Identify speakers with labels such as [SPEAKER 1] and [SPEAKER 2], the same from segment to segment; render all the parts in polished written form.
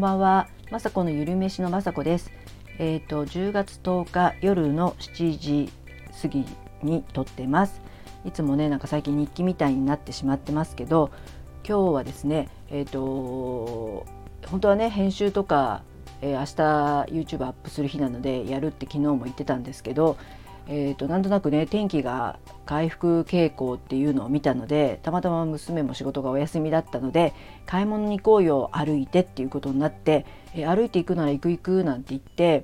[SPEAKER 1] ばんは。まさこのゆるめしのまさこです。10月10日夜の7時過ぎに撮ってます。いつもねなんか最近日記みたいになってしまってますけど、今日はですね本当はね編集とか、明日 YouTube アップする日なのでやるって昨日も言ってたんですけど、なんとなくね天気が回復傾向っていうのを見たので、たまたま娘も仕事がお休みだったので買い物に行こうよ歩いてっていうことになって、歩いて行くなら行くなんて言って、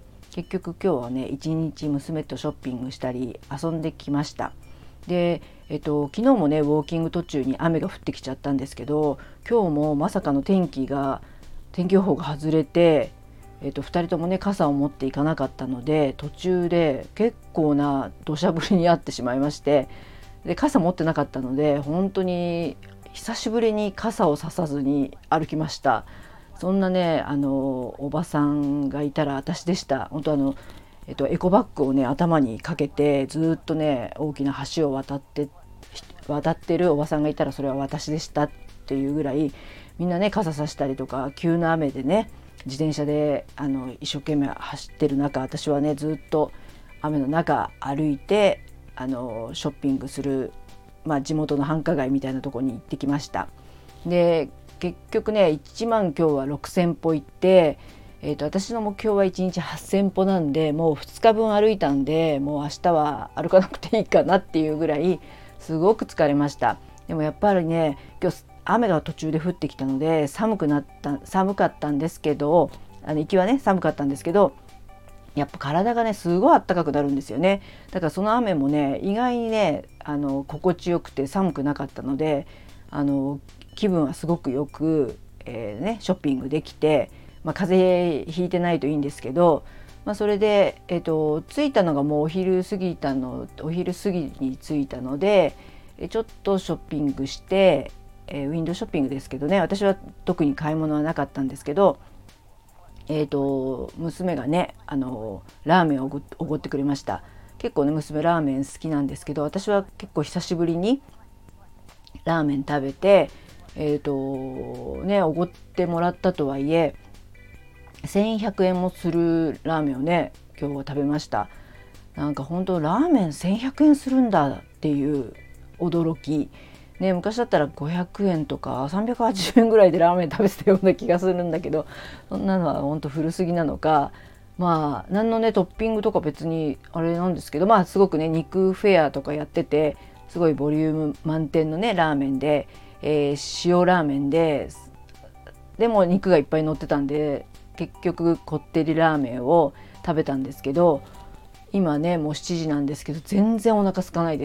[SPEAKER 1] 結局今日はね一日娘とショッピングしたり遊んできました。で、昨日もねウォーキング途中に雨が降ってきちゃったんですけど、今日もまさかの天気予報が外れて、2人ともね傘を持っていかなかったので、途中で結構な土砂降りに遭ってしまいまして、で傘持ってなかったので本当に久しぶりに傘をささずに歩きました。そんなねおばさんがいたら私でした。本当エコバッグをね頭にかけてずっとね大きな橋を渡ってるおばさんがいたら、それは私でしたっていうぐらい、みんなね傘さしたりとか急な雨でね自転車で一生懸命走ってる中、私はねずっと雨の中歩いてショッピングする、地元の繁華街みたいなところに行ってきました。で結局ね1万今日は6,000歩行って、私の目標は1日8,000歩なんで、もう2日分歩いたんで、もう明日は歩かなくていいかなっていうぐらいすごく疲れました。でもやっぱりね今日雨が途中で降ってきたので寒かったんですけど、行きはね寒かったんですけど、やっぱ体がねすごい暖かくなるんですよね。だからその雨もね意外にね心地よくて寒くなかったので、気分はすごくよく、ショッピングできて、風邪ひいてないといいんですけど、それで、着いたのがもうお昼過ぎに着いたので、ちょっとショッピングして、ウィンドウショッピングですけどね、私は特に買い物はなかったんですけど、娘がねラーメンをおごってくれました。結構ね娘ラーメン好きなんですけど、私は結構久しぶりにラーメン食べて、おごってもらったとはいえ1,100円もするラーメンをね今日は食べました。なんか本当ラーメン1,100円するんだっていう驚きね、昔だったら500円とか380円ぐらいでラーメン食べてたような気がするんだけど、そんなのは本当古すぎなのか、何のねトッピングとか別にあれなんですけど、すごくね肉フェアとかやってて、すごいボリューム満点のねラーメンで、塩ラーメンでも肉がいっぱい乗ってたんで、結局こってりラーメンを食べたんですけど、今ねもう7時なんですけど全然お腹空かないです。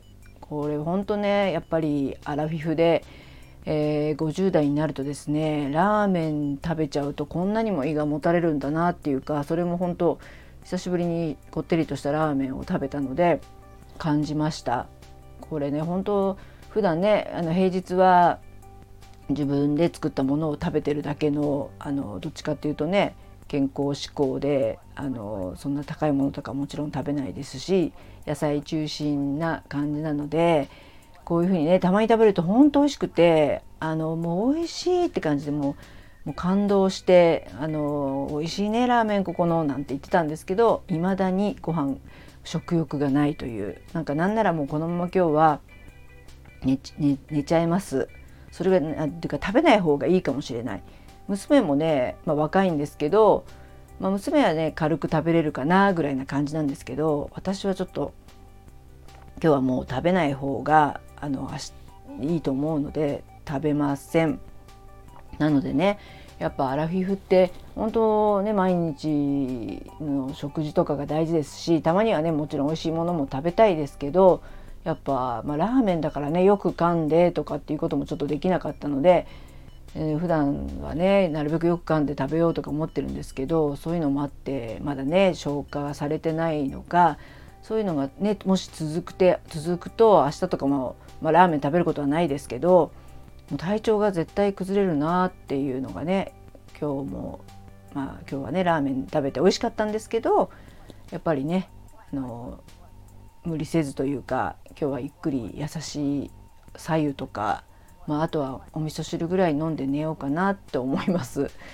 [SPEAKER 1] これ本当ねやっぱりアラフィフで、50代になるとですね、ラーメン食べちゃうとこんなにも胃がもたれるんだなっていうか、それも本当久しぶりにこってりとしたラーメンを食べたので感じました。これね本当普段ね平日は自分で作ったものを食べてるだけのどっちかっていうとね健康志向でそんな高いものとかもちろん食べないですし、野菜中心な感じなので、こういうふうにねたまに食べると本当美味しくて、もう美味しいって感じでもう感動して、美味しいねラーメンここのなんて言ってたんですけど、未だに食欲がないという、なんならもうこのまま今日は寝ちゃいます。それがっていうか食べない方がいいかもしれない。娘もね、若いんですけど、娘はね軽く食べれるかなぐらいな感じなんですけど、私はちょっと今日はもう食べない方がいいと思うので食べません。なのでねやっぱアラフィフって本当ね毎日の食事とかが大事ですし、たまにはねもちろん美味しいものも食べたいですけど、やっぱ、ラーメンだからねよく噛んでとかっていうこともちょっとできなかったので、普段はねなるべくよく噛んで食べようとか思ってるんですけど、そういうのもあってまだね消化されてないのか、そういうのがねもし続くと明日とかも、ラーメン食べることはないですけど、もう体調が絶対崩れるなっていうのがね、今日はねラーメン食べて美味しかったんですけど、やっぱりね無理せずというか、今日はゆっくり優しい白湯とか、あとはお味噌汁ぐらい飲んで寝ようかなって思います。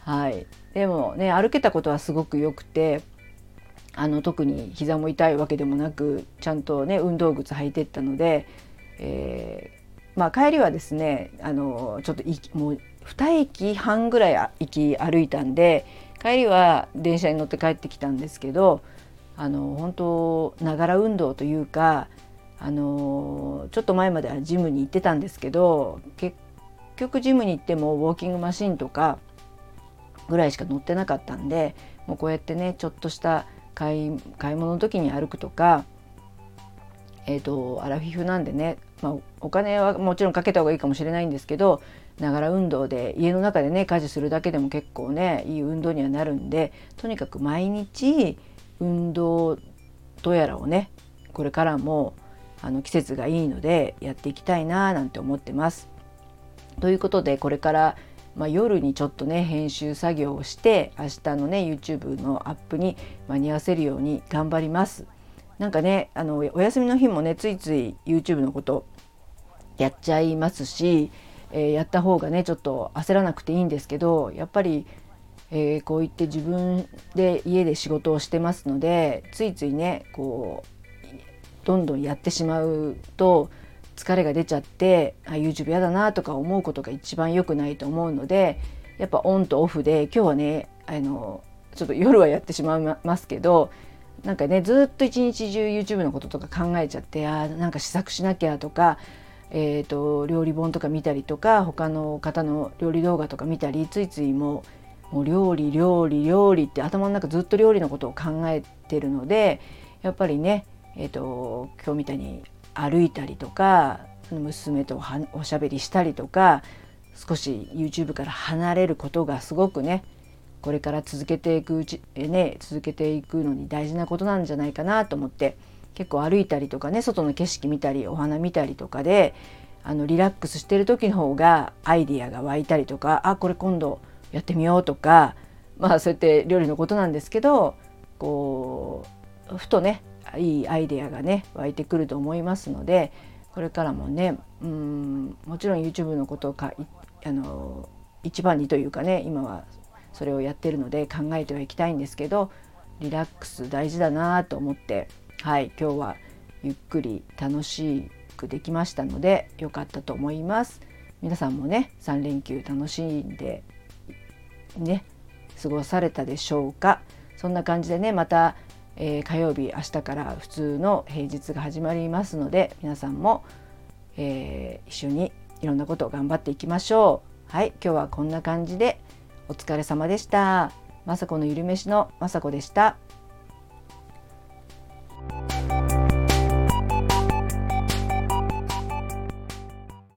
[SPEAKER 1] はい、でもね歩けたことはすごく良くて、特に膝も痛いわけでもなくちゃんとね運動靴履いてったので、帰りはですねちょっともう2駅半ぐらい歩いたんで、帰りは電車に乗って帰ってきたんですけど、本当ながら運動というか、ちょっと前まではジムに行ってたんですけど、結局ジムに行ってもウォーキングマシンとかぐらいしか乗ってなかったんで、もうこうやってねちょっとした買い物の時に歩くとか、アラフィフなんでね、お金はもちろんかけた方がいいかもしれないんですけど、ながら運動で家の中でね家事するだけでも結構ねいい運動にはなるんで、とにかく毎日運動どやらをねこれからも季節がいいのでやっていきたいななんて思ってます。ということでこれから、夜にちょっとね編集作業をして明日のね YouTube のアップに間に合わせるように頑張ります。なんかねお休みの日もねついつい YouTube のことやっちゃいますし、やった方がねちょっと焦らなくていいんですけど、やっぱり、こう言って自分で家で仕事をしてますので、ついついねこうどんどんやってしまうと疲れが出ちゃって YouTube やだなとか思うことが一番良くないと思うので、やっぱオンとオフで、今日はねちょっと夜はやってしまいますけど、なんかねずっと一日中 YouTube のこととか考えちゃって、なんか試作しなきゃとか、料理本とか見たりとか他の方の料理動画とか見たり、ついついもう料理って頭の中ずっと料理のことを考えてるので、やっぱりね、今日みたいに歩いたりとか娘とおしゃべりしたりとか、少し YouTube から離れることがすごくねこれから続けていくのに大事なことなんじゃないかなと思って、結構歩いたりとかね外の景色見たりお花見たりとかでリラックスしてる時の方がアイディアが湧いたりとか、これ今度やってみようとか、そうやって料理のことなんですけど、こうふとねいいアイデアがね湧いてくると思いますので、これからもねもちろん YouTube のことを一番にというかね今はそれをやってるので考えてはいきたいんですけど、リラックス大事だなと思って、今日はゆっくり楽しくできましたので良かったと思います。皆さんもね3連休楽しんでね過ごされたでしょうか。そんな感じでねまた、火曜日明日から普通の平日が始まりますので、皆さんも、一緒にいろんなことを頑張っていきましょう。今日はこんな感じでお疲れ様でした。まさこのゆるめしのまさこでした。